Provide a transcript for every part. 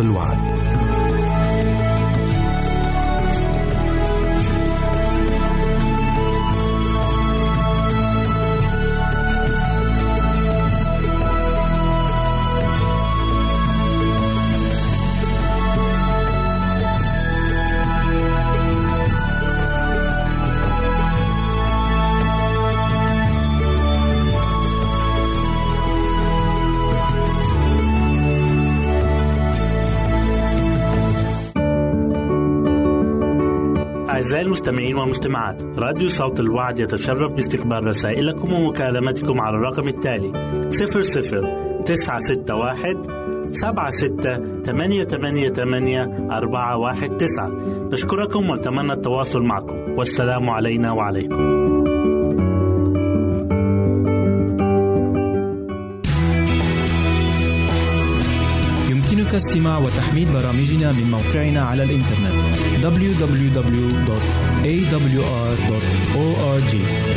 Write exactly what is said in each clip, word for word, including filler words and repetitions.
الوعد. أعزائي المستمعين والمستمعات، راديو صوت الوعد يتشرف باستقبال رسائلكم ومكالمتكم على الرقم التالي صفر صفر تسعة ستة واحد سبعة ستة ثمانية ثمانية ثمانية أربعة واحد تسعة. نشكركم ونتمنى التواصل معكم، والسلام علينا وعليكم. يمكنك استماع وتحميل برامجنا من موقعنا على الإنترنت دبليو دبليو دبليو دوت إيه دبليو آر دوت أو آر جي.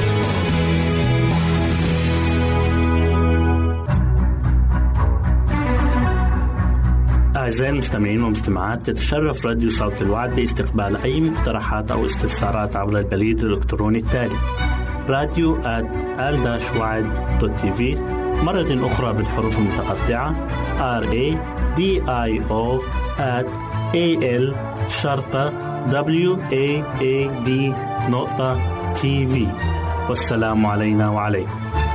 أعزائي المستمعين والمستمعات، تتشرف راديو صوت الوعد باستقبال أي مقترحات أو استفسارات عبر البريد الإلكتروني التالي راديو آت آل وعد دوت تي في، مرة أخرى بالحروف المتقطعة R A D I O at A L شرطة W A A D نقطة تي في. والسلام علينا وعليكم.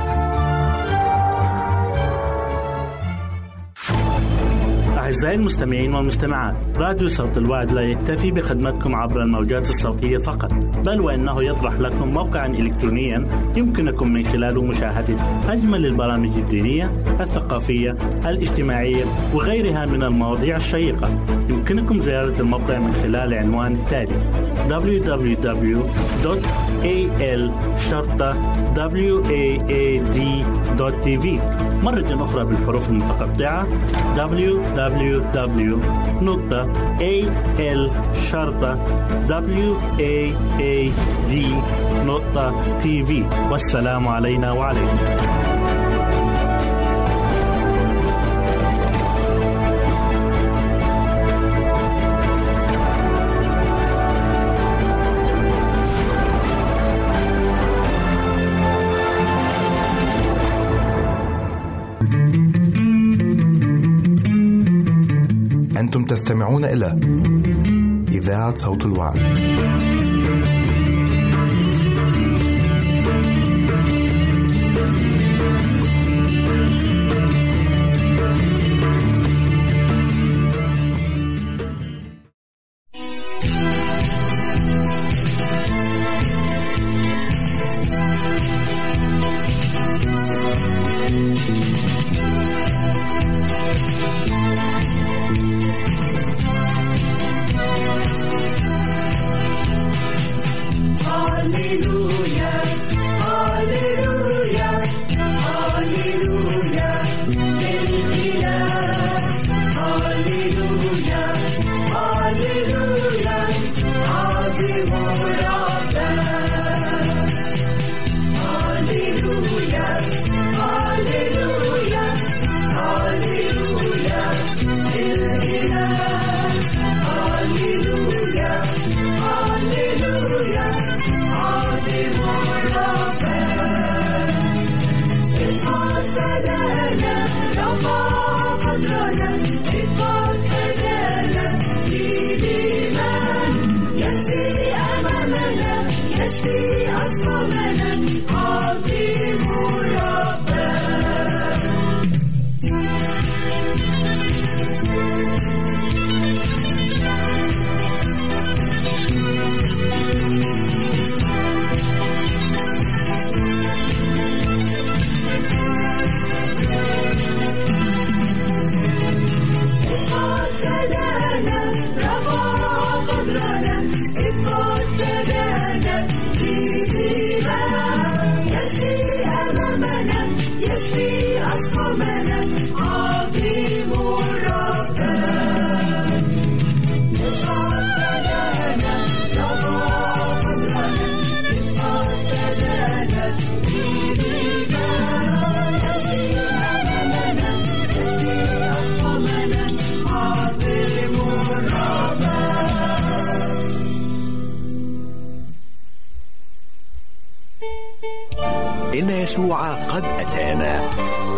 أعزائي المستمعين والمستمعات، راديو صوت الوعد لا يكتفي بخدمتكم عبر الموجات الصوتية فقط، بل وإنه يطرح لكم موقعا إلكترونيا يمكنكم من خلاله مشاهدة أجمل البرامج الدينية، الثقافية، الاجتماعية وغيرها من المواضيع الشيقة. يمكنكم زيارة الموقع من خلال العنوان التالي دبليو دبليو دبليو دوت إيه إل شرطة W A A D دوت تي في، مرة أخرى بالحروف المتقطعة دبليو دبليو دبليو دوت إيه إل شرطة W A A D دوت تي في. والسلام علينا وعليكم. أنتم تستمعون إلى إذاعة صوت الوعد.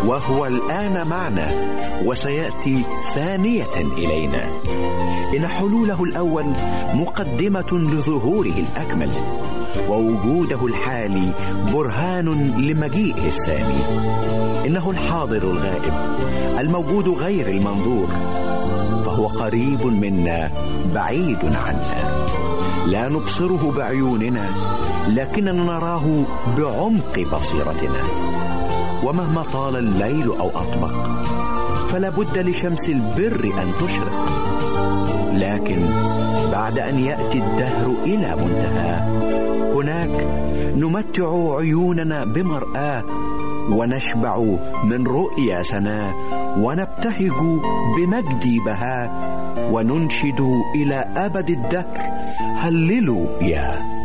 وهو الآن معنا وسيأتي ثانية إلينا. إن حلوله الأول مقدمة لظهوره الأكمل، ووجوده الحالي برهان لمجيئه الثاني. إنه الحاضر الغائب، الموجود غير المنظور، فهو قريب منا بعيد عنا. لا نبصره بعيوننا، لكننا نراه بعمق بصيرتنا. ومهما طال الليل أو أطبق، فلا بد لشمس البر أن تشرق. لكن بعد أن يأتي الدهر إلى منتهى، هناك نمتع عيوننا بمرآة، ونشبع من رؤيا سناء، ونبتهج بمجد بهاء، وننشد إلى أبد الدهر هللوا يا.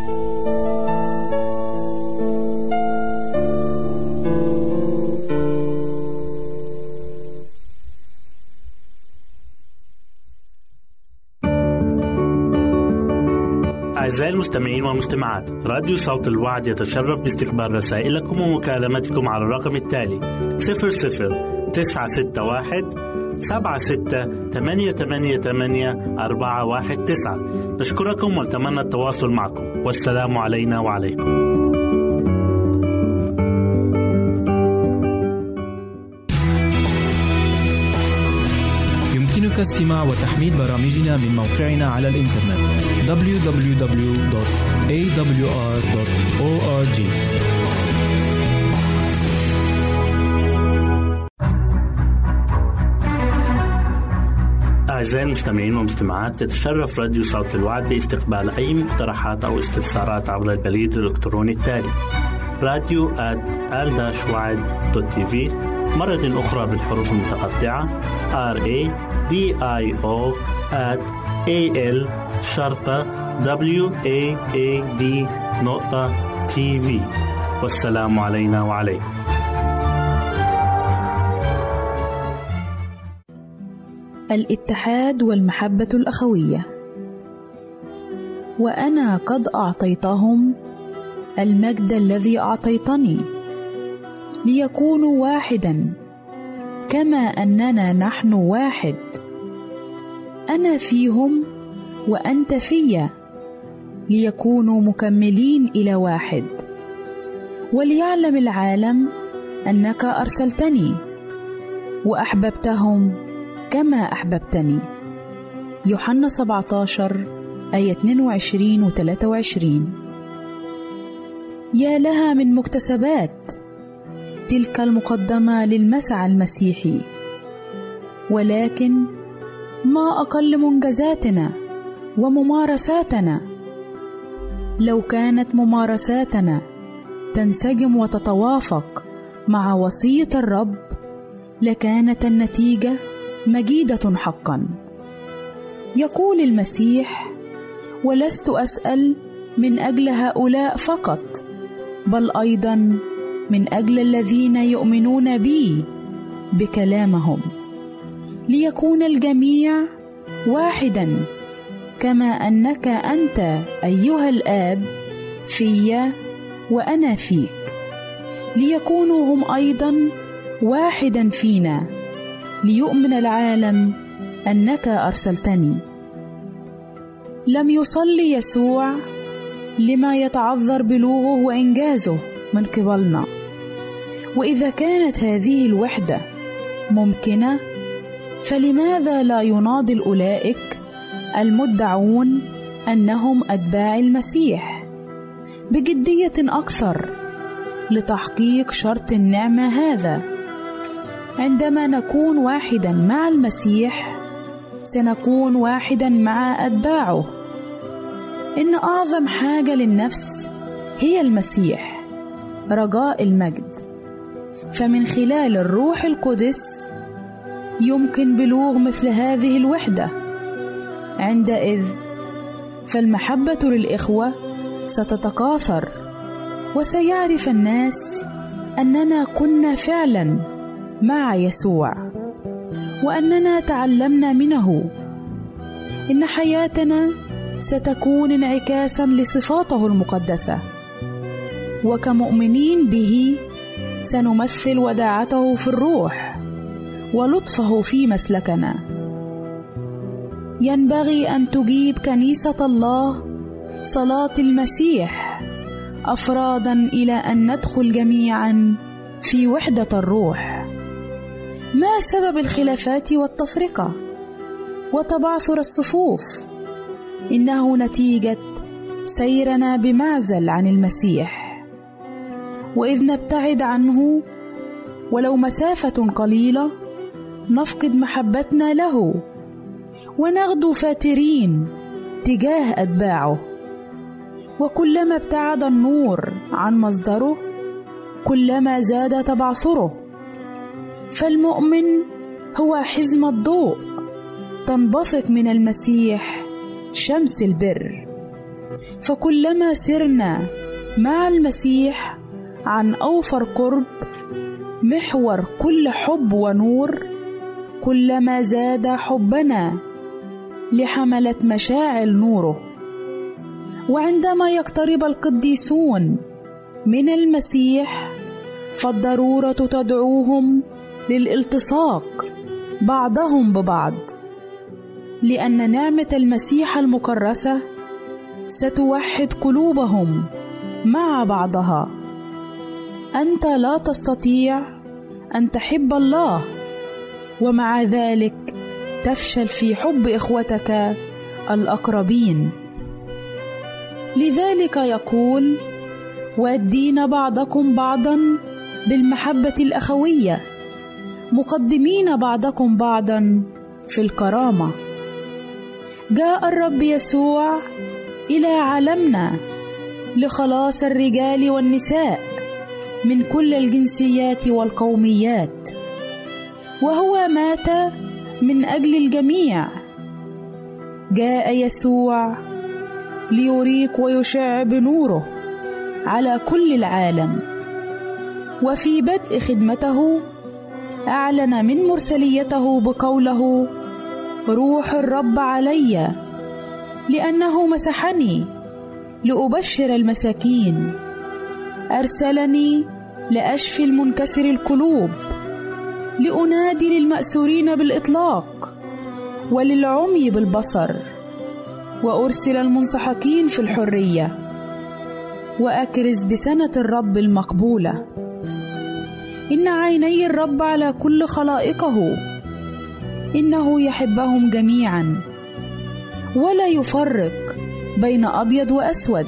أعزائي المستمعين والمستمعات، راديو صوت الوعد يتشرف باستقبال رسائلكم ومكالمتكم على الرقم التالي صفر صفر تسعة ستة واحد سبعة ستة ثمانية ثمانية ثمانية أربعة واحد تسعة. نشكركم ونتمنى التواصل معكم، والسلام علينا وعليكم. يمكنك استماع وتحميل برامجنا من موقعنا على الإنترنت دبليو دبليو دبليو دوت إيه دبليو آر دوت أو آر جي. أعزائي المستمعين والمستمعات، تتشرف راديو صوت الوعد باستقبال أي مقترحات أو استفسارات عبر البريد الإلكتروني التالي راديو آت آل وعد دوت تي في، مرة أخرى بالحروف المتقطعة آر إيه دي آي أو آت إيه إل شرطة دبليو إيه إيه دي نقطة تي في. والسلام علينا وعليكم. الاتحاد والمحبة الأخوية. وأنا قد أعطيتهم المجد الذي أعطيتني، ليكونوا واحدا كما أننا نحن واحد، أنا فيهم وأنت فيا، ليكونوا مكملين إلى واحد. وليعلم العالم أنك أرسلتني وأحببتهم كما أحببتني. يوحنا سبعة عشر آية اثنين وعشرين و ثلاثة وعشرين. يا لها من مكتسبات تلك المقدمة للمسعى المسيحي، ولكن ما أقل منجزاتنا وممارساتنا. لو كانت ممارساتنا تنسجم وتتوافق مع وصية الرب، لكانت النتيجة مجيدة حقا. يقول المسيح: ولست أسأل من أجل هؤلاء فقط، بل أيضا من أجل الذين يؤمنون بي بكلامهم، ليكون الجميع واحدا كما أنك أنت أيها الآب فيا وأنا فيك، ليكونوا هم أيضا واحدا فينا، ليؤمن العالم أنك أرسلتني. لم يصلي يسوع لما يتعذر بلوغه وإنجازه من قبلنا، وإذا كانت هذه الوحدة ممكنة، فلماذا لا يناضل أولئك المدعون أنهم أتباع المسيح بجدية أكثر لتحقيق شرط النعمة هذا؟ عندما نكون واحدا مع المسيح، سنكون واحدا مع أتباعه. إن أعظم حاجة للنفس هي المسيح، رجاء المجد. فمن خلال الروح القدس يمكن بلوغ مثل هذه الوحدة. عندئذ فالمحبة للإخوة ستتكاثر، وسيعرف الناس أننا كنا فعلا مع يسوع، وأننا تعلمنا منه. إن حياتنا ستكون انعكاسا لصفاته المقدسة، وكمؤمنين به سنمثل وداعته في الروح ولطفه في مسلكنا. ينبغي أن تجيب كنيسة الله صلاة المسيح أفرادا إلى أن ندخل جميعا في وحدة الروح. ما سبب الخلافات والتفرقة وتبعثر الصفوف؟ إنه نتيجة سيرنا بمعزل عن المسيح، وإذ نبتعد عنه ولو مسافة قليلة نفقد محبتنا له ونغدو فاترين تجاه أتباعه. وكلما ابتعد النور عن مصدره كلما زاد تبعثره. فالمؤمن هو حزم الضوء، تنبثق من المسيح شمس البر. فكلما سرنا مع المسيح عن أوفر قرب محور كل حب ونور، كلما زاد حبنا لحملة مشاعل نوره. وعندما يقترب القديسون من المسيح فالضرورة تدعوهم للالتصاق بعضهم ببعض، لأن نعمة المسيح المكرسة ستوحد قلوبهم مع بعضها. أنت لا تستطيع أن تحب الله ومع ذلك تفشل في حب إخوتك الأقربين. لذلك يقول: وادين بعضكم بعضا بالمحبة الأخوية، مقدمين بعضكم بعضا في الكرامة. جاء الرب يسوع إلى عالمنا لخلاص الرجال والنساء من كل الجنسيات والقوميات، وهو مات من أجل الجميع. جاء يسوع ليريق ويشع بنوره على كل العالم. وفي بدء خدمته أعلن من مرسليته بقوله: روح الرب علي لأنه مسحني لأبشر المساكين، أرسلني لأشفي المنكسر القلوب، لأنادي للمأسورين بالإطلاق وللعمي بالبصر، وأرسل المنسحقين في الحرية، وأكرز بسنة الرب المقبولة. إن عيني الرب على كل خلائقه، إنه يحبهم جميعا ولا يفرق بين أبيض وأسود،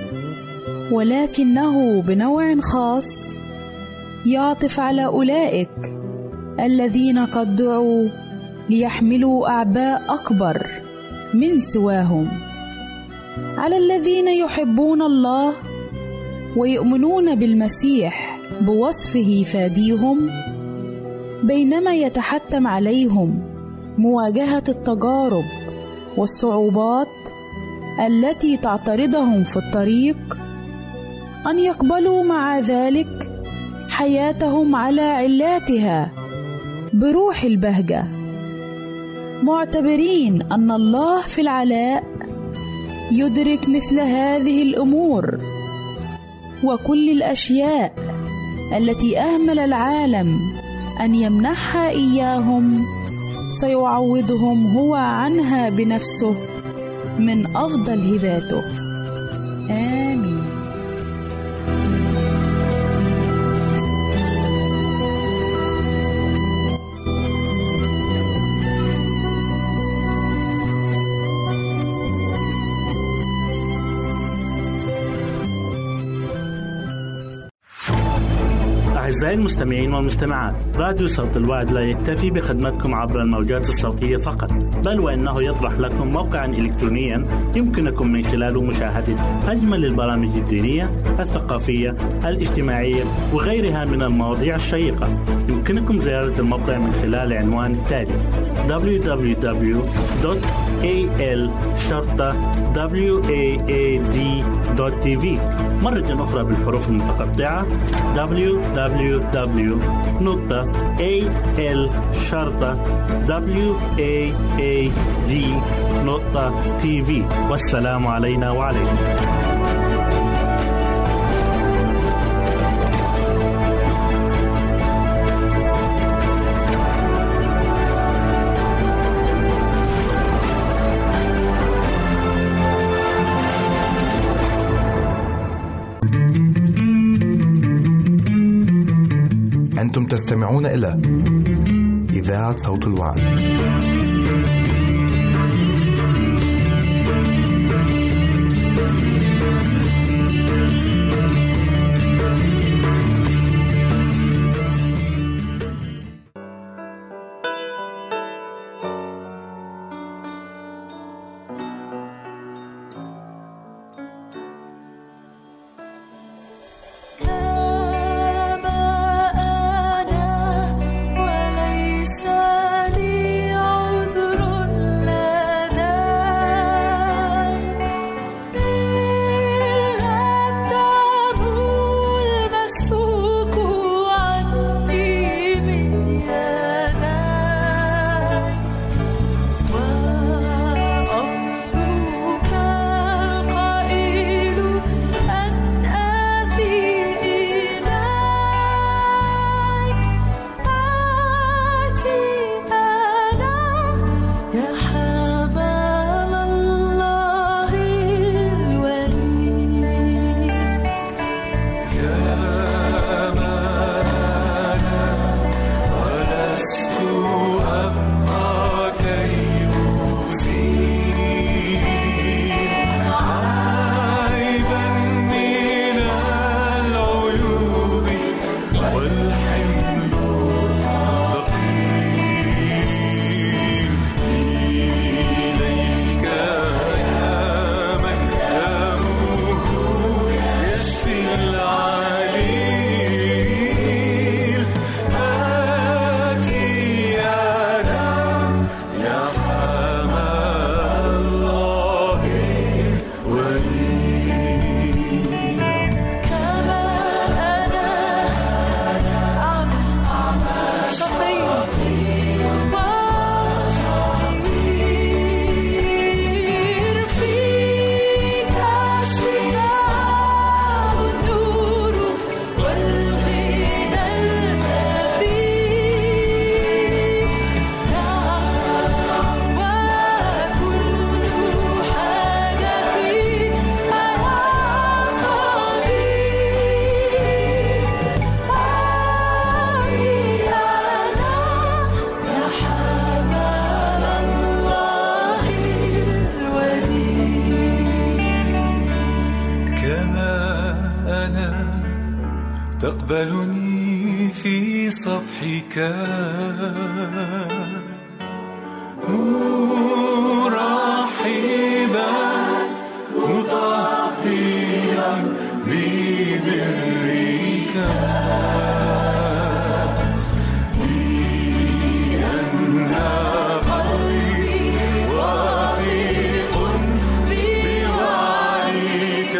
ولكنه بنوع خاص يعطف على أولئك الذين قد دعوا ليحملوا أعباء أكبر من سواهم، على الذين يحبون الله ويؤمنون بالمسيح بوصفه فاديهم، بينما يتحتم عليهم مواجهة التجارب والصعوبات التي تعترضهم في الطريق، أن يقبلوا مع ذلك حياتهم على علاتها بروح البهجة، معتبرين أن الله في العلاء يدرك مثل هذه الأمور، وكل الأشياء التي أهمل العالم أن يمنحها إياهم سيعوضهم هو عنها بنفسه من أفضل هباته. آمين. أعزائي المستمعين والمستمعات، راديو صوت الوعد لا يكتفي بخدمتكم عبر الموجات الصوتية فقط، بل وإنه يطرح لكم موقعا إلكترونيا يمكنكم من خلاله مشاهدة أجمل البرامج الدينية، الثقافية، الاجتماعية وغيرها من المواضيع الشيقة. يمكنكم زيارة الموقع من خلال العنوان التالي: دبليو دبليو دبليو دوت إيه إل شرطة واد دوت تي في. مرة أخرى بالحروف المتقطعة: دبليو دبليو دبليو دوت إيه إل شرطة واد دوت تي في. والسلام علينا وعليكم. تستمعون إلى إذاعة صوت الوعد. تقبلني في صفحك مرحبا مطهرا ببرك لأن قلبي واثق بوعدك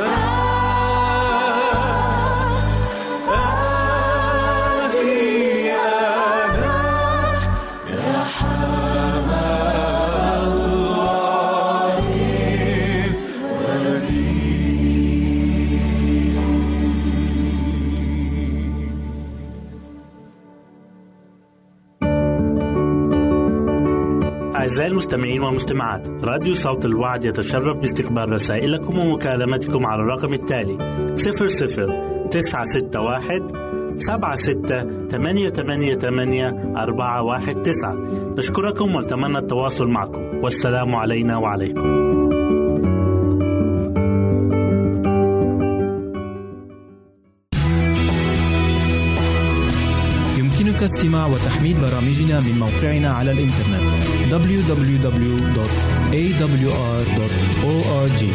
أعزائي المستمعين والمستمعات، راديو صوت الوعد يتشرف باستقبال رسائلكم ومكالمتكم على الرقم التالي صفر صفر تسعة ستة واحد سبعة ستة ثمانية ثمانية ثمانية أربعة واحد تسعة. نشكركم ونتمنى التواصل معكم، والسلام علينا وعليكم. يمكنك استماع وتحميل برامجنا من موقعنا على الإنترنت دبليو دبليو دبليو دوت إيه دبليو آر دوت أو آر جي.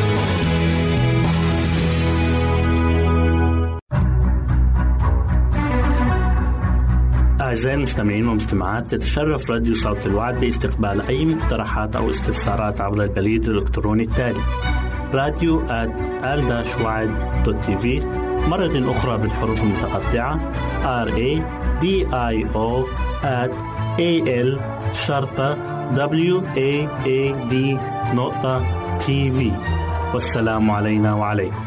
أعزائي المستمعين والمستمعات، تتشرف راديو صوت الوعد باستقبال أي مقترحات أو استفسارات عبر البريد الإلكتروني التالي راديو آت آل وعد دوت تي في، مرة أخرى بالحروف المتقطعة R A D I O at A L شرطة W A A D نقطة تي في. والسلام علينا وعليكم.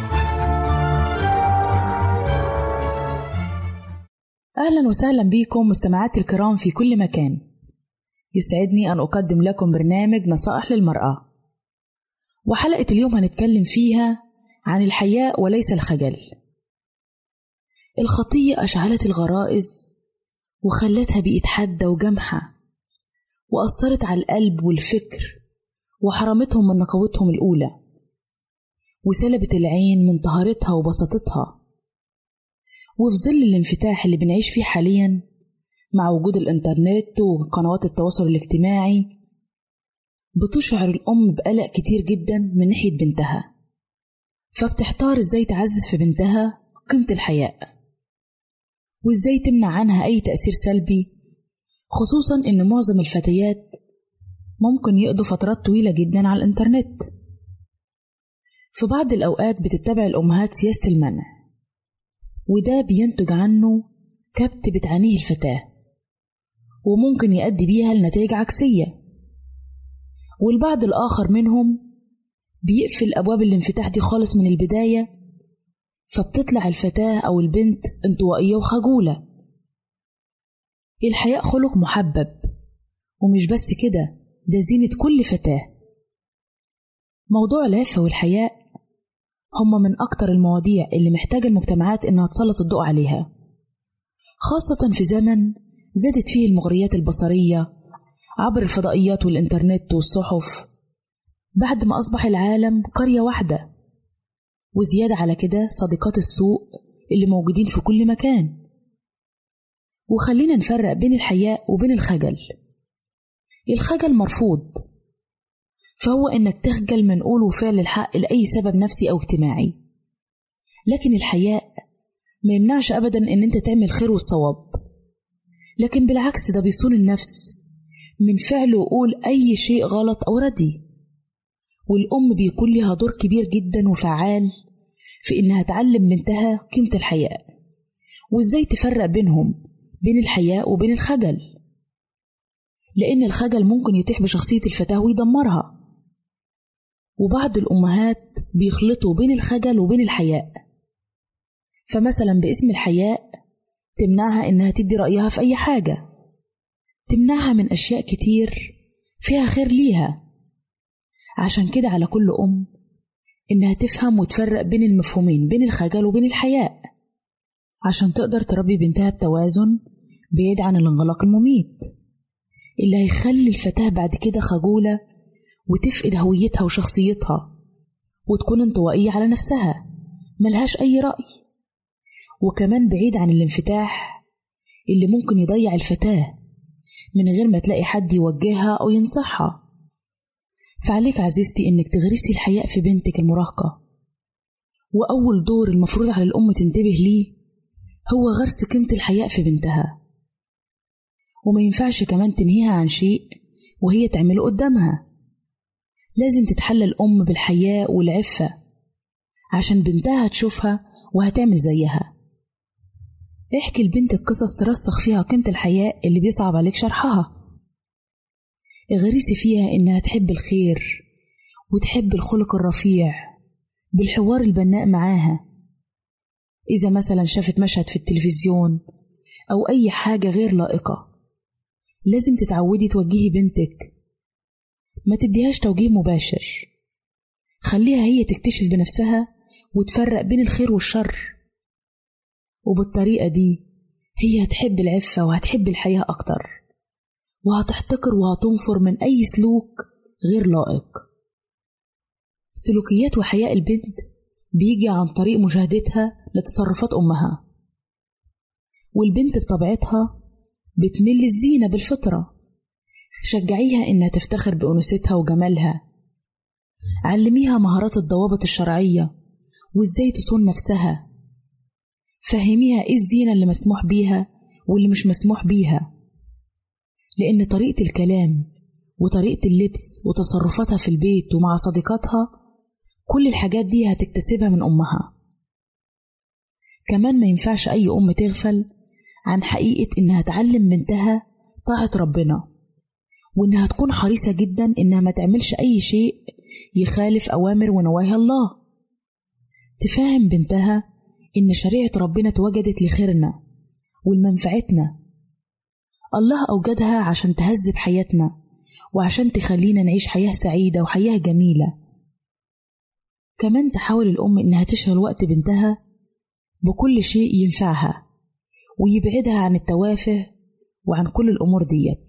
أهلا وسهلا بكم مستمعاتي الكرام في كل مكان. يسعدني أن أقدم لكم برنامج نصائح للمرأة، وحلقة اليوم هنتكلم فيها عن الحياء وليس الخجل. الخطية أشعلت الغرائز وخلتها بقت حادة وجمحة، وأثرت على القلب والفكر وحرمتهم من نقاوتهم الأولى، وسلبت العين من طهارتها وبساطتها. وفي ظل الانفتاح اللي بنعيش فيه حاليا مع وجود الإنترنت وقنوات التواصل الاجتماعي، بتشعر الأم بقلق كتير جدا من ناحية بنتها، فبتحتار إزاي تعزز في بنتها قيمة الحياء، وإزاي تمنع عنها أي تأثير سلبي، خصوصا إن معظم الفتيات ممكن يقضوا فترات طويلة جدا على الإنترنت. في بعض الأوقات بتتبع الأمهات سياسة المنع، وده بينتج عنه كبت بتعانيه الفتاة، وممكن يؤدي بيها لنتائج عكسية. والبعض الآخر منهم بيقفل أبواب الانفتاح دي خالص من البداية، فبتطلع الفتاة أو البنت انطوائية وخجولة. الحياء خلق محبب، ومش بس كده، ده زينة كل فتاة. موضوع العفة والحياء هما من أكتر المواضيع اللي محتاجة المجتمعات إنها تسلط الضوء عليها، خاصة في زمن زادت فيه المغريات البصرية عبر الفضائيات والإنترنت والصحف، بعد ما أصبح العالم قرية واحدة، وزيادة على كده صديقات السوء اللي موجودين في كل مكان. وخلينا نفرق بين الحياء وبين الخجل. الخجل مرفوض، فهو إنك تخجل من قول وفعل الحق لأي سبب نفسي أو اجتماعي، لكن الحياء ما يمنعش أبدا إن أنت تعمل خير والصواب، لكن بالعكس ده بيصون النفس من فعل وقول أي شيء غلط أو ردي. والأم بيكون لها دور كبير جدا وفعال في إنها تعلم بنتها قيمة الحياء، وإزاي تفرق بينهم، بين الحياء وبين الخجل، لأن الخجل ممكن يتيح بشخصية الفتاة ويدمرها. وبعض الأمهات بيخلطوا بين الخجل وبين الحياء، فمثلا باسم الحياء تمنعها إنها تدي رأيها في أي حاجة، تمنعها من أشياء كتير فيها خير ليها. عشان كده على كل أم إنها تفهم وتفرق بين المفهومين، بين الخجل وبين الحياء، عشان تقدر تربي بنتها بتوازن بعيد عن الانغلاق المميت اللي هيخلي الفتاة بعد كده خجولة وتفقد هويتها وشخصيتها، وتكون انطوائية على نفسها ملهاش أي رأي، وكمان بعيد عن الانفتاح اللي ممكن يضيع الفتاة من غير ما تلاقي حد يوجهها أو ينصحها. فعليك عزيزتي إنك تغرسي الحياء في بنتك المراهقة، وأول دور المفروض على الأم تنتبه ليه هو غرس قيمة الحياء في بنتها. وما ينفعش كمان تنهيها عن شيء وهي تعمله قدامها، لازم تتحلى الأم بالحياء والعفة عشان بنتها تشوفها وهتعمل زيها. احكي لبنتك قصص ترسخ فيها قيمة الحياء اللي بيصعب عليك شرحها. اغرسي فيها إنها تحب الخير وتحب الخلق الرفيع بالحوار البناء معاها. إذا مثلا شافت مشهد في التلفزيون أو أي حاجة غير لائقة، لازم تتعودي توجهي بنتك، ما تديهاش توجيه مباشر، خليها هي تكتشف بنفسها وتفرق بين الخير والشر. وبالطريقة دي هي هتحب العفة وهتحب الحياة أكتر، وهتحتقر وهتنفر من أي سلوك غير لائق. سلوكيات وحياء البنت بيجي عن طريق مشاهدتها لتصرفات أمها، والبنت بطبيعتها بتميل للزينة بالفطرة. شجعيها إنها تفتخر بأنوثتها وجمالها، علميها مهارات الضوابط الشرعية وإزاي تصون نفسها، فهميها إيه الزينة اللي مسموح بيها واللي مش مسموح بيها، لأن طريقة الكلام وطريقة اللبس وتصرفاتها في البيت ومع صديقاتها كل الحاجات دي هتكتسبها من أمها. كمان ما ينفعش أي أم تغفل عن حقيقة إنها تعلم بنتها طاعة ربنا، وإنها تكون حريصة جدا إنها ما تعملش أي شيء يخالف أوامر ونواهي الله. تفهم بنتها إن شريعة ربنا اتوجدت لخيرنا ولمنفعتنا، الله أوجدها عشان تهذب حياتنا وعشان تخلينا نعيش حياة سعيدة وحياة جميلة. كمان تحاول الأم إنها تشغل وقت بنتها بكل شيء ينفعها ويبعدها عن التوافه وعن كل الأمور ديت.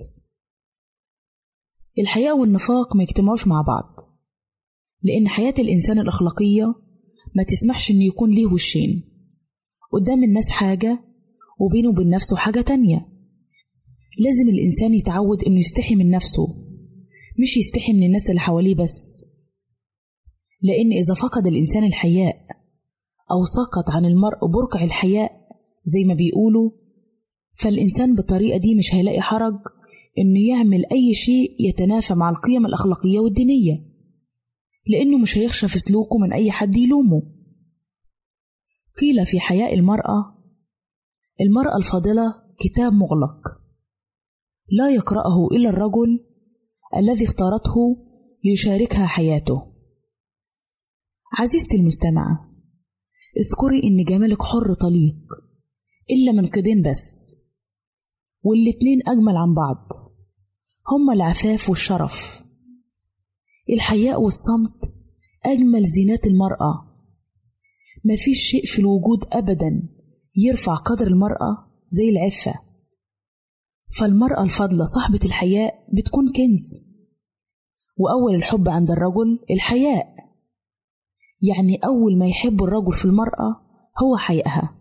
الحياء والنفاق ما يجتمعوش مع بعض، لأن حياة الإنسان الأخلاقية ما تسمحش إن يكون ليه وشين، قدام الناس حاجة وبينه وبين نفسه حاجة تانية. لازم الإنسان يتعود إنه يستحي من نفسه، مش يستحي من الناس اللي حواليه بس، لأن إذا فقد الإنسان الحياء أو سقط عن المرء برقع الحياء زي ما بيقولوا، فالإنسان بالطريقة دي مش هيلاقي حرج إنه يعمل أي شيء يتنافى مع القيم الأخلاقية والدينية، لأنه مش هيخشى في سلوكه من أي حد يلومه. قيل في حياء المرأة: المرأة الفاضلة كتاب مغلق لا يقرأه إلا الرجل الذي اختارته ليشاركها حياته. عزيزتي المستمعة، اذكري إن جمالك حر طليق إلا من قيدين بس، والاتنين أجمل عن بعض، هما العفاف والشرف. الحياء والصمت أجمل زينات المرأة. مفيش شيء في الوجود أبدا يرفع قدر المرأة زي العفة. فالمرأة الفاضلة صاحبة الحياء بتكون كنز. وأول الحب عند الرجل الحياء، يعني أول ما يحب الرجل في المرأة هو حيائها.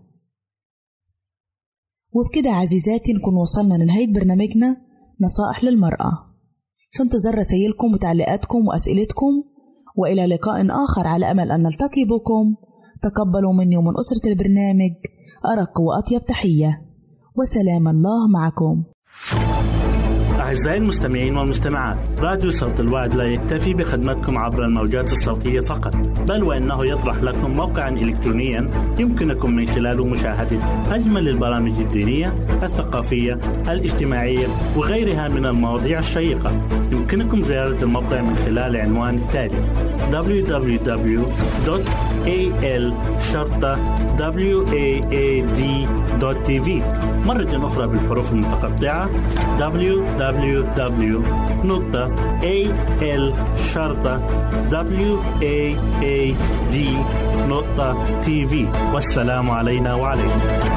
وبكده عزيزاتي نكون وصلنا لنهاية برنامجنا نصائح للمرأة. في انتظار رسائلكم وتعليقاتكم وأسئلتكم، وإلى لقاء آخر على أمل أن نلتقي بكم. تقبلوا مني ومن أسرة البرنامج أرق وأطيب تحية، وسلام الله معكم. أعزائي المستمعين والمستمعات، راديو صوت الوعد لا يكتفي بخدمتكم عبر الموجات الصوتية فقط، بل وإنه يطرح لكم موقعا إلكترونيا يمكنكم من خلاله مشاهدة أجمل البرامج الدينية، الثقافية، الاجتماعية وغيرها من المواضيع الشيقة. يمكنكم زيارة الموقع من خلال العنوان التالي: دبليو دبليو دبليو دوت إيه إل شرطة واد دوت تي في. مرة أخرى بالحروف المتقطعة: دبليو دبليو دبليو دوت إيه إل شرطة واد دوت تي في. والسلام علينا وعليكم.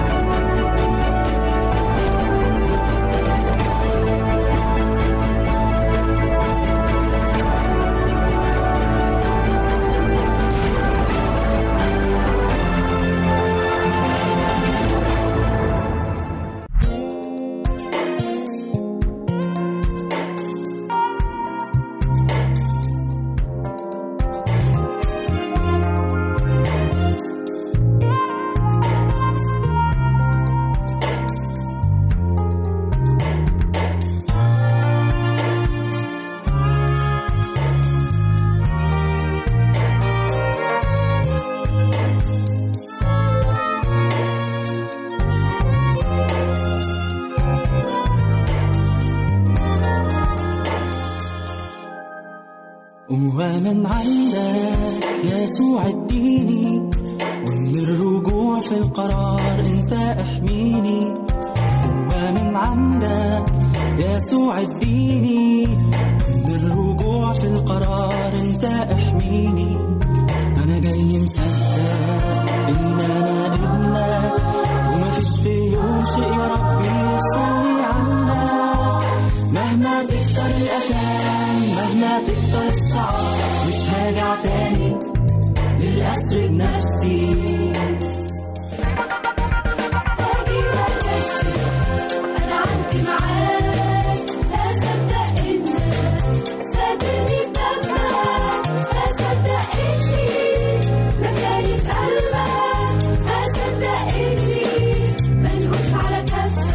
ومن عندك يسوع اديني، ومن الرجوع في القرار انت احميني. ومن عندك يسوع اديني، من الرجوع في القرار انت احميني. انا جاي مصدق ان انا ابنك، ومفيش في يوم شيء يا ربي يفصلني عنك. مهما تكتر الأثام، مهما تكتر الصعاب، مش هرجع تاني للأسر بنفسي. أنا عندي معاك، أصدق إنك ساترني بدمك، أصدق إني مكاني في قلبك، أصدق إني منقوش على كفك.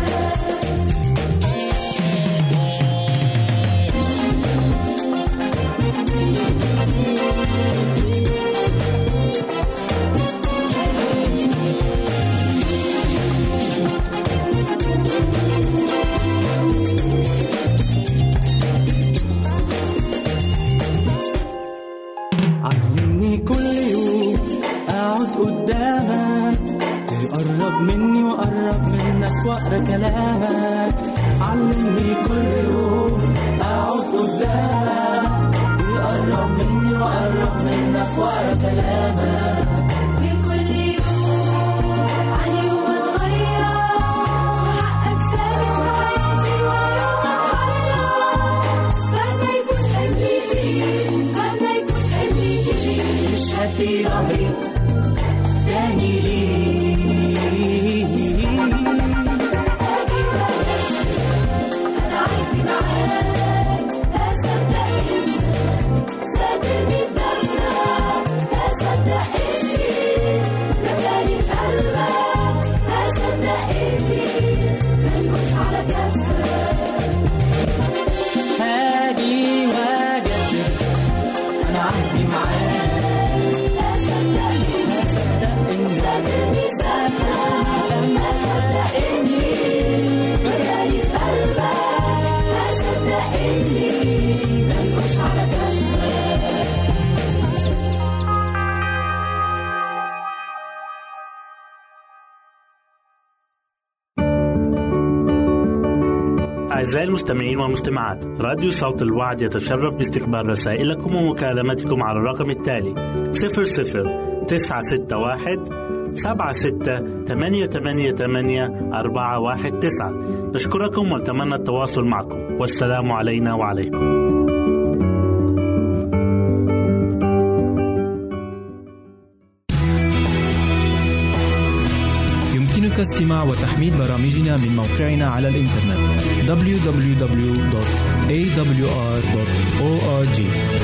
علمني كل يوم أقعد قدامك، تقرب مني وأقرب منك وأقرأ كلامك. علمني كل يوم أقعد قدامك، تقرب مني وأقرب منك وأقرأ كلامك. وكل يوم عن يوم أتغير، وحقك ثابت في حياتي بدي ظهري تاني ليك. هاجي وهاجي أنا عايزي معاك، هصدق إنك ساترني بدمك، هصدق إني مكاني في قلبك، هصدق إني منكش على كفك. هاجي وهاجي أنا عهدي معاك، هصدق إني ساترني ساترني، هصدق إني مكاني في قلبك، هصدق إني منكش على كفك. أعزائي المستمعين والمستمعات، راديو صوت الوعد يتشرف باستقبال رسائلكم ومكالمتكم على الرقم التالي صفر صفر تسعة ستة واحد سبعة ستة ثمانية ثمانية ثمانية أربعة واحد تسعة. نشكركم ونتمنى التواصل معكم، والسلام علينا وعليكم. يمكنك استماع وتحميل برامجنا من موقعنا على الإنترنت دبليو دبليو دبليو دوت إيه دبليو آر دوت أو آر جي.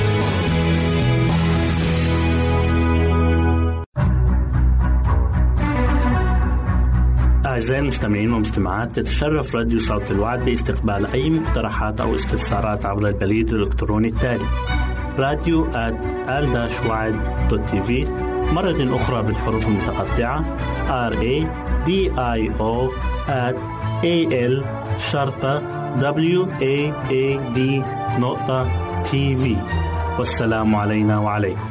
أعزائي المستمعين والمستمعات، تتشرف راديو صوت الوعد باستقبال أي مقترحات أو استفسارات عبر البريد الإلكتروني التالي راديو آت آل وعد دوت تي في، مرة أخرى بالحروف المتقطعة R A D I O at A L شرطة W A A D نقطة تي في. والسلام علينا وعليكم.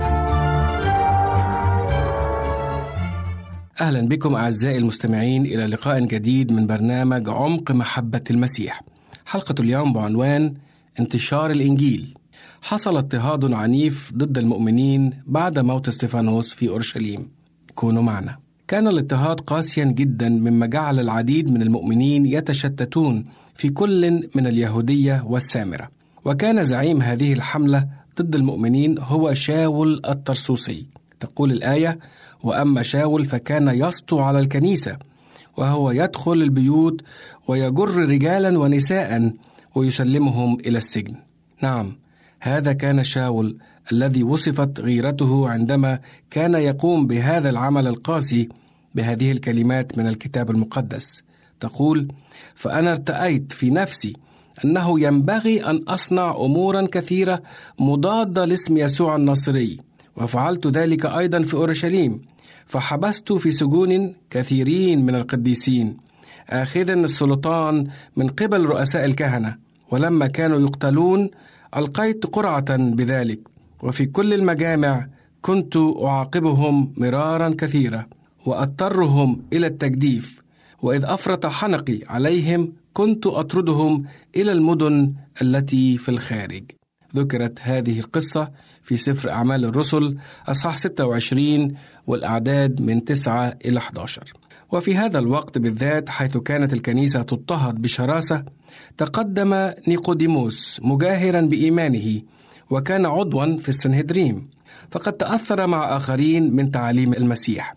أهلا بكم أعزائي المستمعين إلى لقاء جديد من برنامج عمق محبة المسيح. حلقة اليوم بعنوان انتشار الإنجيل. حصل اضطهاد عنيف ضد المؤمنين بعد موت استفانوس في أورشليم. كونوا معنا. كان الاضطهاد قاسيا جدا، مما جعل العديد من المؤمنين يتشتتون في كل من اليهودية والسامرة. وكان زعيم هذه الحملة ضد المؤمنين هو شاول الطرسوسي. تقول الآية: وأما شاول فكان يسطو على الكنيسة، وهو يدخل البيوت ويجر رجالا ونساء ويسلمهم إلى السجن. نعم، هذا كان شاول الذي وصفت غيرته عندما كان يقوم بهذا العمل القاسي بهذه الكلمات من الكتاب المقدس. تقول: فأنا ارتأيت في نفسي أنه ينبغي أن أصنع أمورا كثيرة مضادة لاسم يسوع الناصري، وفعلت ذلك أيضا في أورشليم، فحبست في سجون كثيرين من القديسين، آخذا السلطان من قبل رؤساء الكهنة، ولما كانوا يقتلون ألقيت قرعة بذلك، وفي كل المجامع كنت أعاقبهم مرارا كثيرة وأضطرهم إلى التجديف، وإذ أفرط حنقي عليهم كنت أطردهم إلى المدن التي في الخارج. ذكرت هذه القصة في سفر أعمال الرسل أصحاح ستة وعشرين والأعداد من تسعة إلى أحد عشر. وفي هذا الوقت بالذات، حيث كانت الكنيسة تضطهد بشراسة، تقدم نيقوديموس مجاهرا بإيمانه، وكان عضوا في السنهدريم، فقد تأثر مع آخرين من تعاليم المسيح،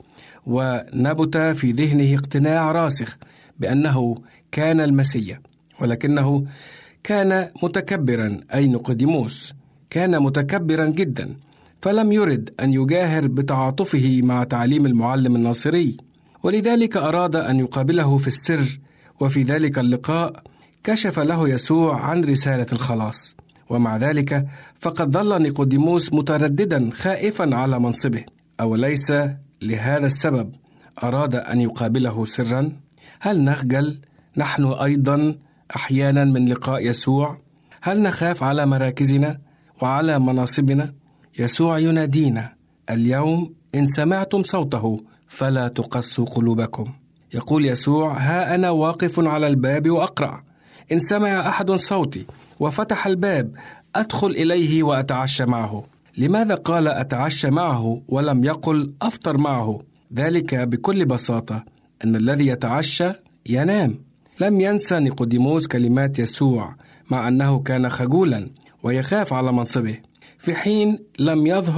ونبت في ذهنه اقتناع راسخ بأنه كان المسيح. ولكنه كان متكبرا، أي نيقوديموس كان متكبرا جدا، فلم يرد أن يجاهر بتعاطفه مع تعليم المعلم الناصري، ولذلك أراد أن يقابله في السر. وفي ذلك اللقاء كشف له يسوع عن رسالة الخلاص، ومع ذلك فقد ظل نيقوديموس مترددا خائفا على منصبه. أوليس لهذا السبب أراد أن يقابله سرا؟ هل نخجل نحن أيضا أحيانا من لقاء يسوع؟ هل نخاف على مراكزنا وعلى مناصبنا؟ يسوع ينادينا اليوم: إن سمعتم صوته فلا تقسوا قلوبكم. يقول يسوع: ها أنا واقف على الباب وأقرع، إن سمع أحد صوتي وفتح الباب أدخل إليه وأتعشى معه. لماذا قال أتعشى معه ولم يقل أفطر معه؟ ذلك بكل بساطة أن الذي يتعشى ينام. لم ينسى نيقوديموس كلمات يسوع، مع أنه كان خجولا ويخاف على منصبه، في حين لم يظهر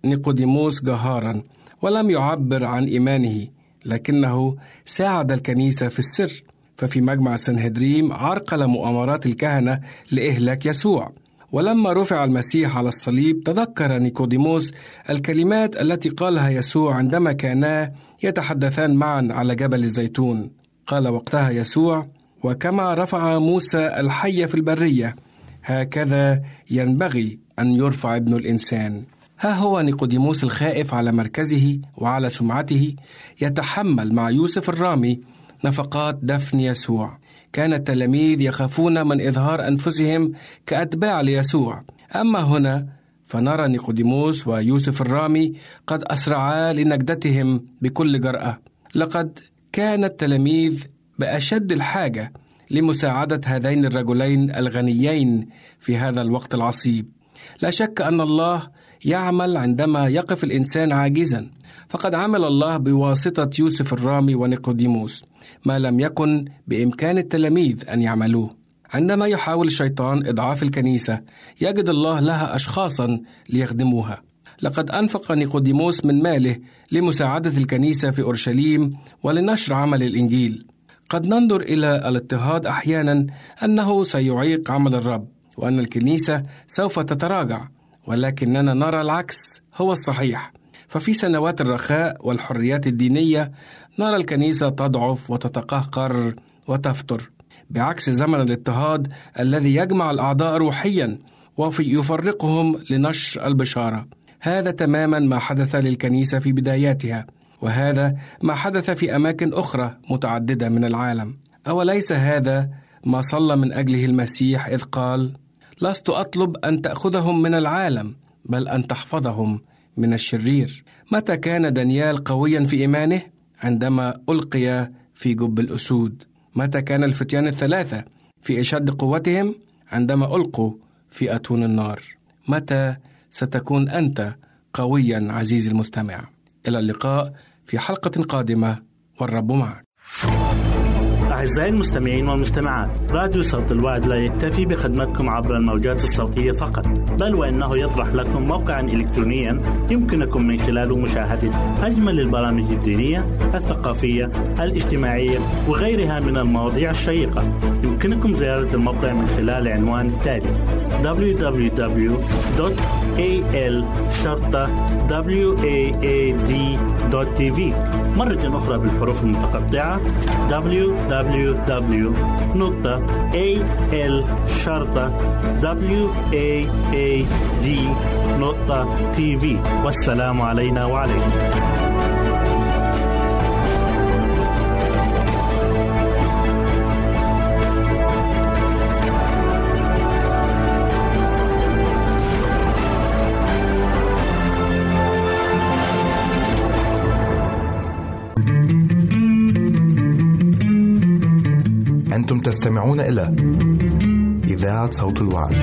نيقوديموس جهارا ولم يعبر عن إيمانه، لكنه ساعد الكنيسة في السر. ففي مجمع السنهدريم عرقل مؤامرات الكهنة لإهلاك يسوع. ولما رفع المسيح على الصليب تذكر نيقوديموس الكلمات التي قالها يسوع عندما كانا يتحدثان معا على جبل الزيتون. قال وقتها يسوع: وكما رفع موسى الحي في البرية هكذا ينبغي أن يرفع ابن الإنسان. ها هو نيقوديموس الخائف على مركزه وعلى سمعته يتحمل مع يوسف الرامي نفقات دفن يسوع. كان التلاميذ يخافون من إظهار أنفسهم كأتباع ليسوع، أما هنا فنرى نيقوديموس ويوسف الرامي قد أسرعا لنجدتهم بكل جرأة. لقد كان التلاميذ بأشد الحاجة لمساعدة هذين الرجلين الغنيين في هذا الوقت العصيب. لا شك أن الله يعمل عندما يقف الإنسان عاجزا، فقد عمل الله بواسطة يوسف الرامي ونيقوديموس ما لم يكن بإمكان التلاميذ أن يعملوه. عندما يحاول الشيطان إضعاف الكنيسة يجد الله لها أشخاصا ليخدموها. لقد أنفق نيقوديموس من ماله لمساعدة الكنيسة في أورشليم ولنشر عمل الإنجيل. قد ننظر إلى الاضطهاد أحيانا أنه سيعيق عمل الرب وأن الكنيسة سوف تتراجع، ولكننا نرى العكس هو الصحيح. ففي سنوات الرخاء والحريات الدينية نرى الكنيسة تضعف وتتقهقر وتفتر، بعكس زمن الاضطهاد الذي يجمع الأعضاء روحيا ويفرقهم لنشر البشارة. هذا تماما ما حدث للكنيسة في بداياتها، وهذا ما حدث في أماكن أخرى متعددة من العالم. أوليس هذا ما صلى من أجله المسيح إذ قال: لست أطلب أن تأخذهم من العالم بل أن تحفظهم من الشرير؟ متى كان دانيال قويا في إيمانه؟ عندما ألقي في جب الأسود. متى كان الفتيان الثلاثة في أشد قوتهم؟ عندما ألقوا في أتون النار. متى ستكون أنت قويا عزيزي المستمع؟ إلى اللقاء في حلقة قادمة والرب معك. أعزائي المستمعين والمستمعات، راديو صوت الوعد لا يكتفي بخدمتكم عبر الموجات الصوتية فقط، بل وإنه يطرح لكم موقعا إلكترونيا يمكنكم من خلاله مشاهدة أجمل البرامج الدينية، الثقافية، الاجتماعية وغيرها من المواضيع الشيقة. يمكنكم زيارة الموقع من خلال العنوان التالي: دبليو دبليو دبليو دوت إيه إل شرطة واد دوت تي في. مرة أخرى بالحروف المتقطعة: دبليو دبليو دبليو دوت إيه إل شرطة واد دوت تي في. والسلام علينا وعليكم. أنتم تستمعون إلى إذاعة صوت الوعد.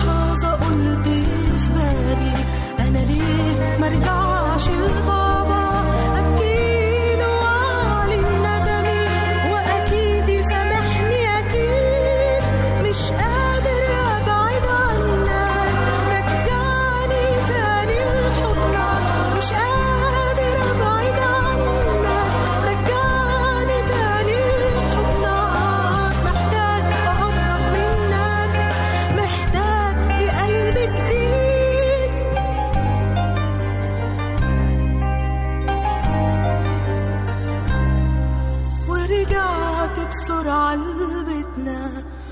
لحظة قلت في بالي أنا ليه مرجعش لبابا.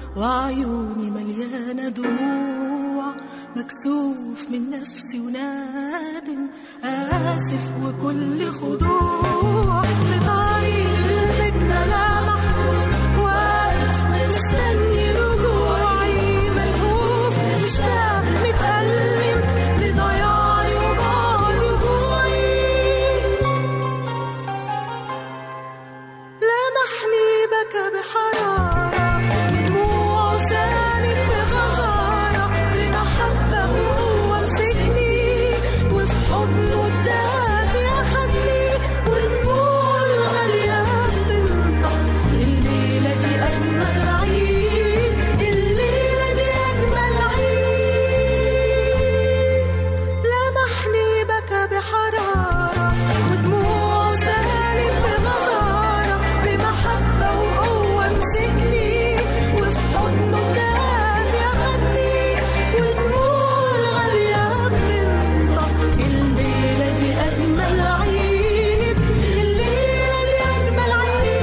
وعيوني مليانة دموع، مكسوف من نفسي ونادم، آسف وكل خضوع. في طريق الفتنة لمح واقف مستني رجوعي، ملهوف مشتاق متألم لضياعي وبعد وجوعي. لمحني بكى بحرارة ودموعه سالت بغزارة، بمحبة وهو مسكني وفي حضنه الدافي أخدني، ودموعه الغالية بتنطق. الليلة دي أجمل عيد، الليلة دي أجمل عيد. لمحني بكى بحرارة ودموعه سالت بغزارة، بمحبة وهو مسكني وفي حضنه الدافي أخدني، ودموعه الغالية بتنطق. الليلة دي أجمل عيد، الليلة دي أجمل عيد.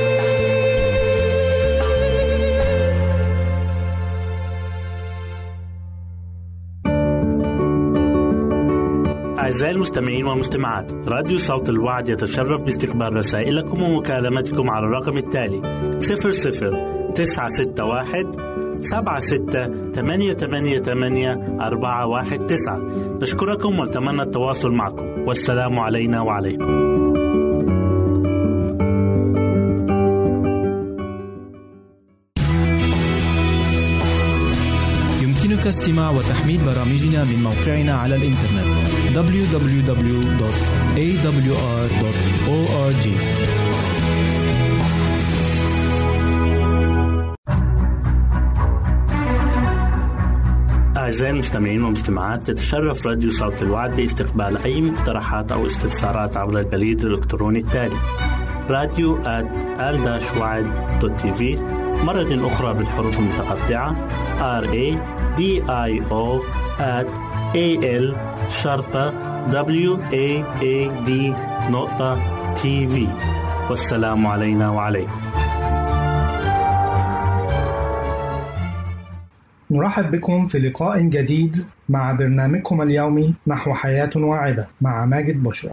أعزائي المستمعين والمستمعات، راديو صوت الوعد يتشرف باستقبال رسائلكم ومكالمتكم على الرقم التالي صفر صفر تسعة ستة واحد سبعة ستة ثمانية ثمانية ثمانية أربعة واحد تسعة. نشكركم ونتمنى التواصل معكم، والسلام علينا وعليكم. يمكنك استماع وتحميل برامجنا من موقعنا على الإنترنت دبليو دبليو دبليو دوت إيه دبليو آر دوت أو آر جي. أعزائي المستمعين والمستمعات، تتشرف راديو صوت الوعد باستقبال أي مقترحات أو استفسارات عبر البريد الإلكتروني التالي راديو آت آل وعد دوت تي في، مرة أخرى بالحروف المتقطعة آر إيه دي آي أو آت إيه إل شرطة دبليو إيه إيه دي نقطة تي في. والسلام علينا وعليكم. نرحب بكم في لقاء جديد مع برنامجكم اليومي نحو حياة واعدة مع ماجد بشرى.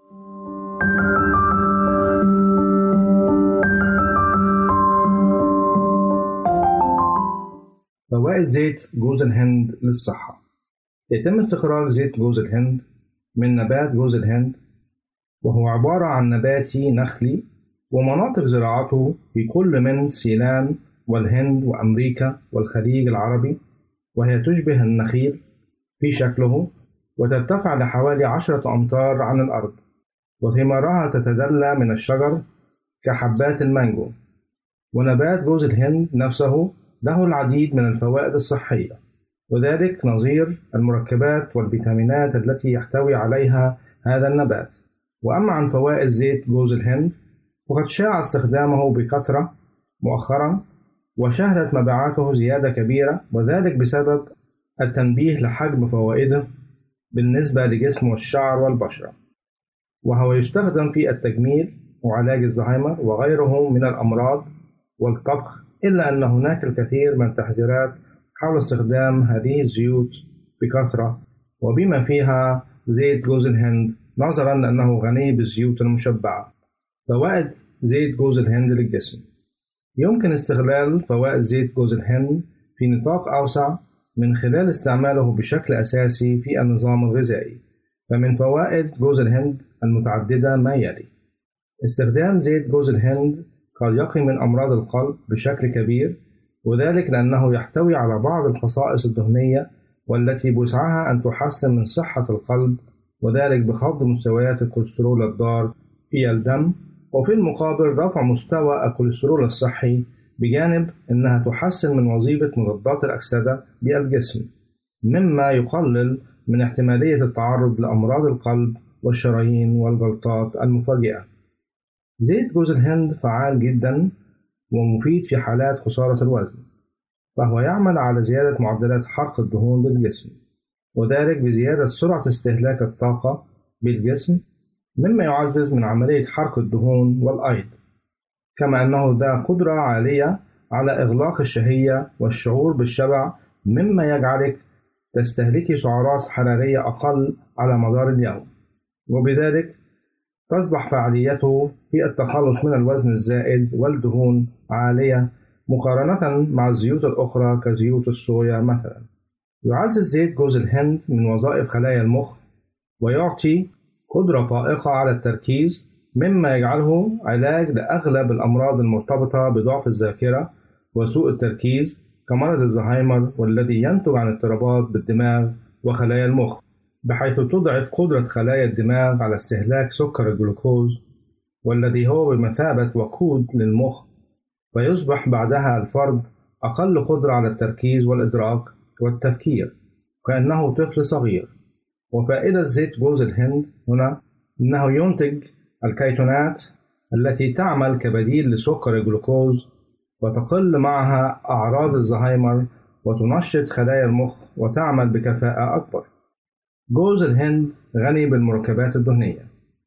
فوائد زيت جوز الهند للصحة. يتم استخراج زيت جوز الهند من نبات جوز الهند، وهو عبارة عن نباتي نخلي، ومناطق زراعته في كل من سيلان والهند وأمريكا والخليج العربي، وهي تشبه النخيل في شكله، وترتفع لحوالي عشرة أمتار عن الأرض، وثمارها تتدلى من الشجر كحبات المانجو. ونبات جوز الهند نفسه له العديد من الفوائد الصحية، وذلك نظير المركبات والفيتامينات التي يحتوي عليها هذا النبات. وأما عن فوائد زيت جوز الهند فقد شاع استخدامه بكثرة مؤخرا، وشهدت مبيعاته زيادة كبيرة، وذلك بسبب التنبيه لحجم فوائده بالنسبة لجسم والشعر والبشرة. وهو يستخدم في التجميل وعلاج الزهايمر وغيره من الأمراض والطبخ، إلا أن هناك الكثير من التحذيرات حول استخدام هذه الزيوت بكثرة، وبما فيها زيت جوز الهند، نظرا لأنه غني بالزيوت المشبعة. فوائد زيت جوز الهند للجسم: يمكن استغلال فوائد زيت جوز الهند في نطاق أوسع من خلال استعماله بشكل أساسي في النظام الغذائي. فمن فوائد جوز الهند المتعددة ما يلي: استخدام زيت جوز الهند قد يقي من أمراض القلب بشكل كبير، وذلك لأنه يحتوي على بعض الخصائص الدهنية والتي بوسعها أن تحسن من صحة القلب، وذلك بخفض مستويات الكوليسترول الضار في الدم، وفي المقابل رفع مستوى الكوليسترول الصحي، بجانب أنها تحسن من وظيفة مضادات الأكسدة بالجسم، مما يقلل من احتمالية التعرض لأمراض القلب والشرايين والجلطات المفاجئة. زيت جوز الهند فعال جدا ومفيد في حالات خسارة الوزن، فهو يعمل على زيادة معدلات حرق الدهون بالجسم، وذلك بزيادة سرعة استهلاك الطاقة بالجسم، مما يعزز من عملية حرق الدهون والأيض، كما أنه ذا قدرة عالية على إغلاق الشهية والشعور بالشبع، مما يجعلك تستهلكي سعرات حرارية أقل على مدار اليوم، وبذلك تصبح فعاليته في التخلص من الوزن الزائد والدهون عالية مقارنة مع الزيوت الأخرى كزيوت الصويا مثلا. يعزز زيت جوز الهند من وظائف خلايا المخ ويعطي قدرة فائقة على التركيز، مما يجعله علاج لأغلب الأمراض المرتبطة بضعف الذاكرة وسوء التركيز كمرض الزهايمر، والذي ينتج عن اضطرابات بالدماغ وخلايا المخ، بحيث تضعف قدرة خلايا الدماغ على استهلاك سكر الجلوكوز، والذي هو بمثابة وقود للمخ، فيصبح بعدها الفرد أقل قدرة على التركيز والإدراك والتفكير كأنه طفل صغير. وفائدة زيت جوز الهند هنا أنه ينتج الكيتونات التي تعمل كبديل لسكر الجلوكوز، وتقل معها أعراض الزهايمر وتنشط خلايا المخ وتعمل بكفاءة أكبر. جوز الهند غني بالمركبات الدهنية.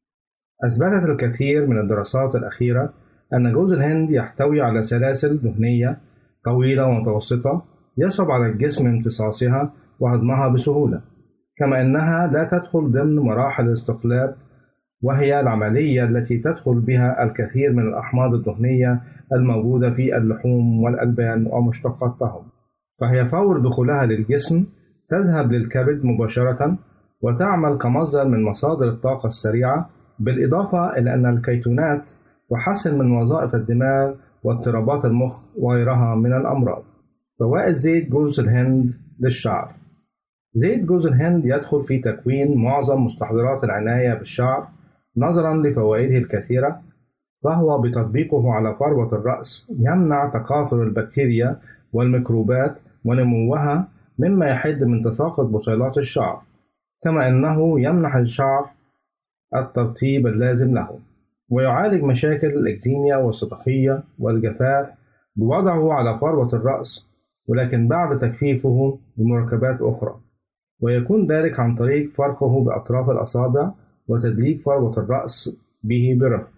أثبتت الكثير من الدراسات الأخيرة أن جوز الهند يحتوي على سلاسل دهنية طويلة ومتوسطة يصعب على الجسم امتصاصها وهضمها بسهولة، كما أنها لا تدخل ضمن مراحل الاستقلاب، وهي العملية التي تدخل بها الكثير من الأحماض الدهنية الموجودة في اللحوم والألبان ومشتقاتهم، فهي فور دخولها للجسم تذهب للكبد مباشرة وتعمل كمصدر من مصادر الطاقة السريعة، بالإضافة إلى أن الكيتونات تحسن من وظائف الدماغ واضطرابات المخ وغيرها من الأمراض. فوائد زيت جوز الهند للشعر. زيت جوز الهند يدخل في تكوين معظم مستحضرات العناية بالشعر نظرا لفوائده الكثيرة، فهو بتطبيقه على فروة الرأس يمنع تكاثر البكتيريا والميكروبات ونموها، مما يحد من تساقط بصيلات الشعر، كما أنه يمنح الشعر الترطيب اللازم له، ويعالج مشاكل الإكزيميا والسطحية والجفاف بوضعه على فروة الرأس، ولكن بعد تجفيفه بمركبات أخرى، ويكون ذلك عن طريق فرقه بأطراف الأصابع وتدليك فروة الرأس به برفق،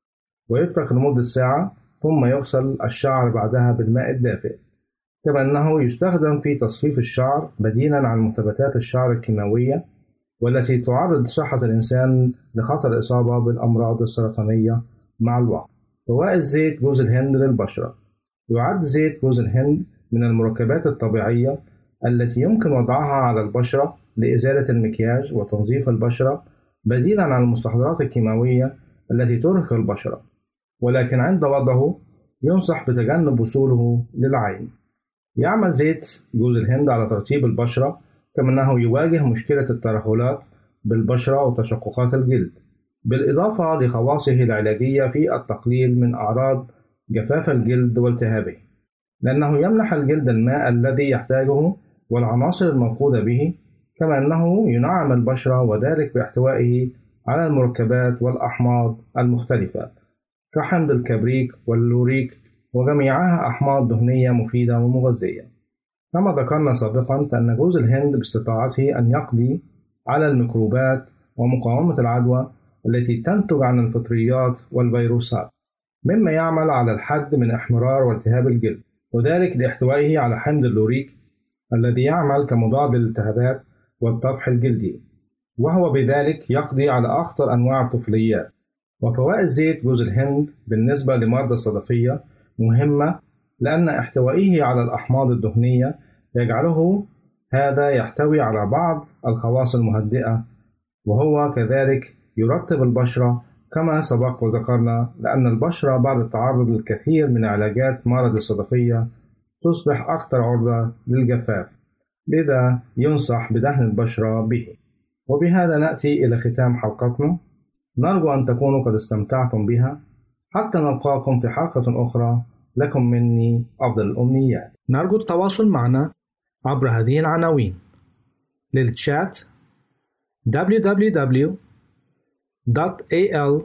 ويترك لمدة ساعة ثم يغسل الشعر بعدها بالماء الدافئ. كما أنه يستخدم في تصفيف الشعر بديلا عن مرتبطات الشعر الكيماوية والتي تعرض صحة الإنسان لخطر الإصابة بالأمراض السرطانية مع الوقت. فوائد زيت جوز الهند للبشرة. يعد زيت جوز الهند من المركبات الطبيعية التي يمكن وضعها على البشرة لإزالة المكياج وتنظيف البشرة بديلا عن المستحضرات الكيماوية التي ترهق البشرة، ولكن عند وضعه ينصح بتجنب وصوله للعين. يعمل زيت جوز الهند على ترطيب البشرة، كما أنه يواجه مشكلة الترهلات بالبشرة وتشققات الجلد، بالإضافة لخواصه العلاجية في التقليل من أعراض جفاف الجلد والتهابه، لأنه يمنح الجلد الماء الذي يحتاجه والعناصر الموقودة به، كما أنه ينعم البشرة، وذلك باحتوائه على المركبات والأحماض المختلفة كحمض الكبريك واللوريك، وجميعها أحماض دهنية مفيدة ومغذية. كما ذكرنا سابقا فإن جوز الهند باستطاعته أن يقضي على الميكروبات ومقاومة العدوى التي تنتج عن الفطريات والفيروسات، مما يعمل على الحد من احمرار والتهاب الجلد، وذلك لاحتوائه على حمض اللوريك الذي يعمل كمضاد للالتهابات والطفح الجلدي، وهو بذلك يقضي على أخطر أنواع الطفيليات. وفوائد زيت جوز الهند بالنسبة لمرضى الصدفية مهمة، لأن احتوائه على الأحماض الدهنية يجعله هذا يحتوي على بعض الخواص المهدئة، وهو كذلك يرطب البشرة كما سبق وذكرنا، لأن البشرة بعد التعرض للكثير من علاجات مرض الصدفية تصبح أكثر عرضة للجفاف، لذا ينصح بدهن البشرة به. وبهذا نأتي إلى ختام حلقتنا، نرجو أن تكونوا قد استمتعتم بها. حتى نلقاكم في حلقة أخرى، لكم مني أفضل الأمنيات. نرجو التواصل معنا عبر هذه العناوين: للتشات دبليو دبليو دبليو دوت إيه إل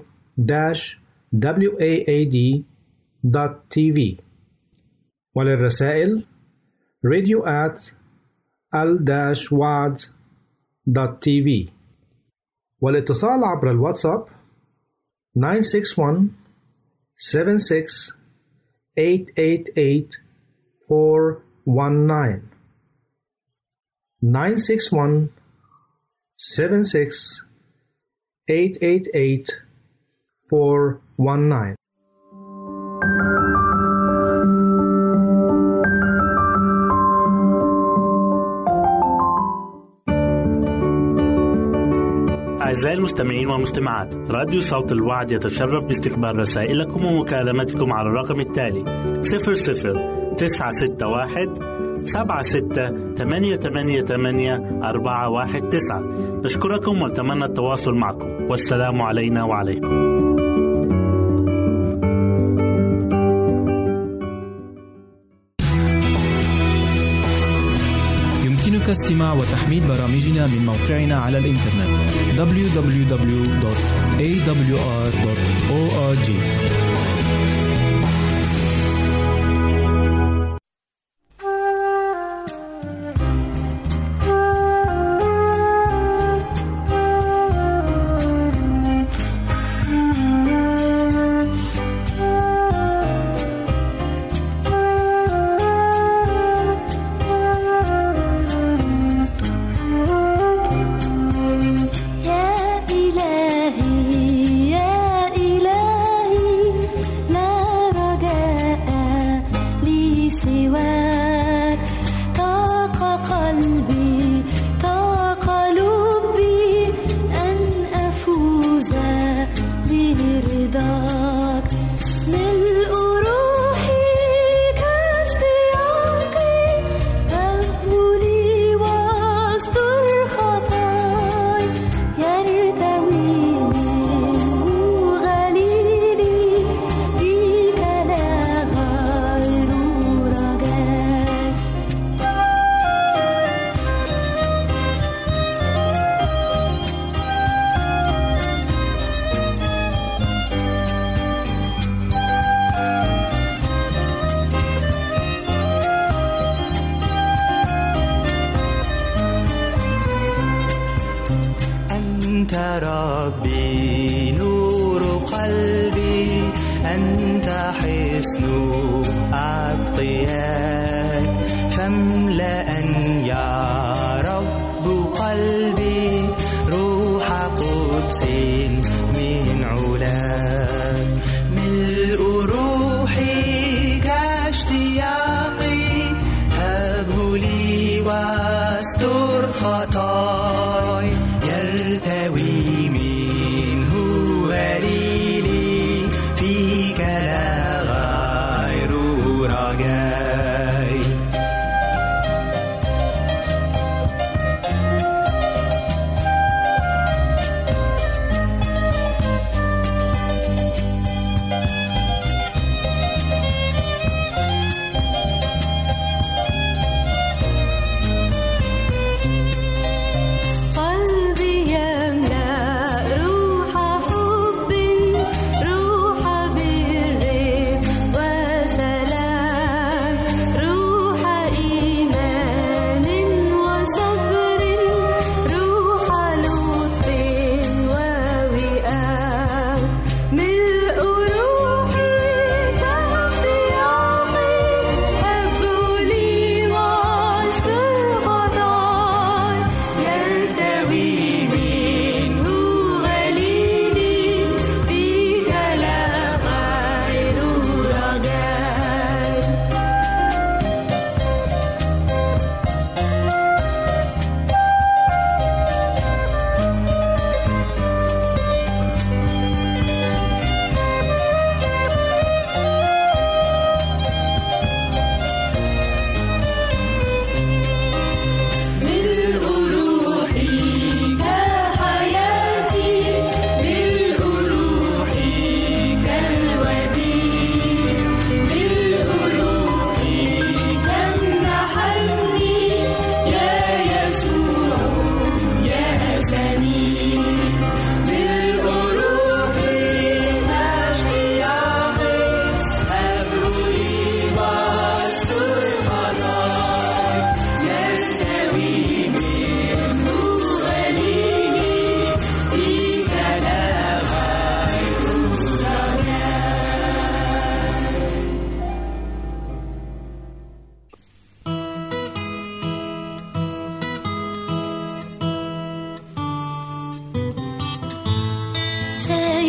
واد دوت تي في، وللرسائل radio at ال واد دوت تي في، والاتصال عبر الواتساب تسعة ستة واحد سبعة ستة eight eight eight four one nine nine six one seven six eight eight eight four one nine. أعزائي المستمعين والمستمعات، راديو صوت الوعد يتشرف باستقبال رسائلكم ومكالمتكم على الرقم التالي صفر صفر تسعة ستة واحد سبعة ستة ثمانية ثمانية ثمانية أربعة واحد تسعة. نشكركم ونتمنى التواصل معكم، والسلام علينا وعليكم. يمكنك استماع وتحميل برامجنا من موقعنا على الإنترنت دبليو دبليو دبليو دوت إيه دبليو آر دوت أو آر جي.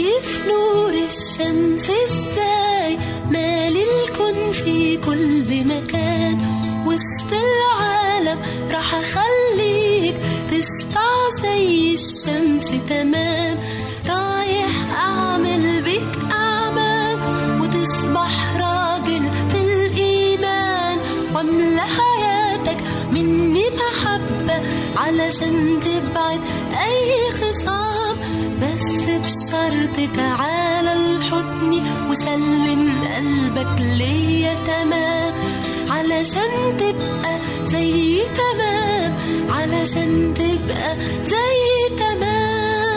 شايف نور الشمس ازاي مالي الكون في كل مكان، وسط العالم راح اخليك تسطع زي الشمس تمام. رايح اعمل بيك اعمال وتصبح راجل في الايمان، واملى حياتك مني محبة علشان تبعد اي خصام. بس بشرط تعالى لحضني وسلم قلبك ليا تمام، علشان تبقى زي تمام، علشان تبقى زي تمام.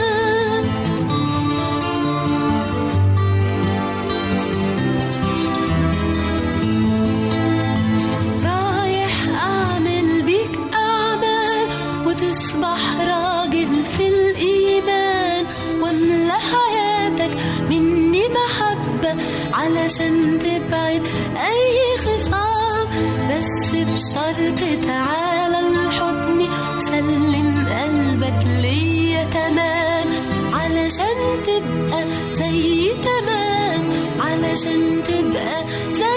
رايح أعمل بيك أعمال وتصبح راجل في الإيمان، واملى حياتك مني محبة علشان تبعد أي خصام. بس بشرط تعالى لحضني وسلم قلبك ليا تمام، علشان تبقى زي تمام، علشان تبقى زي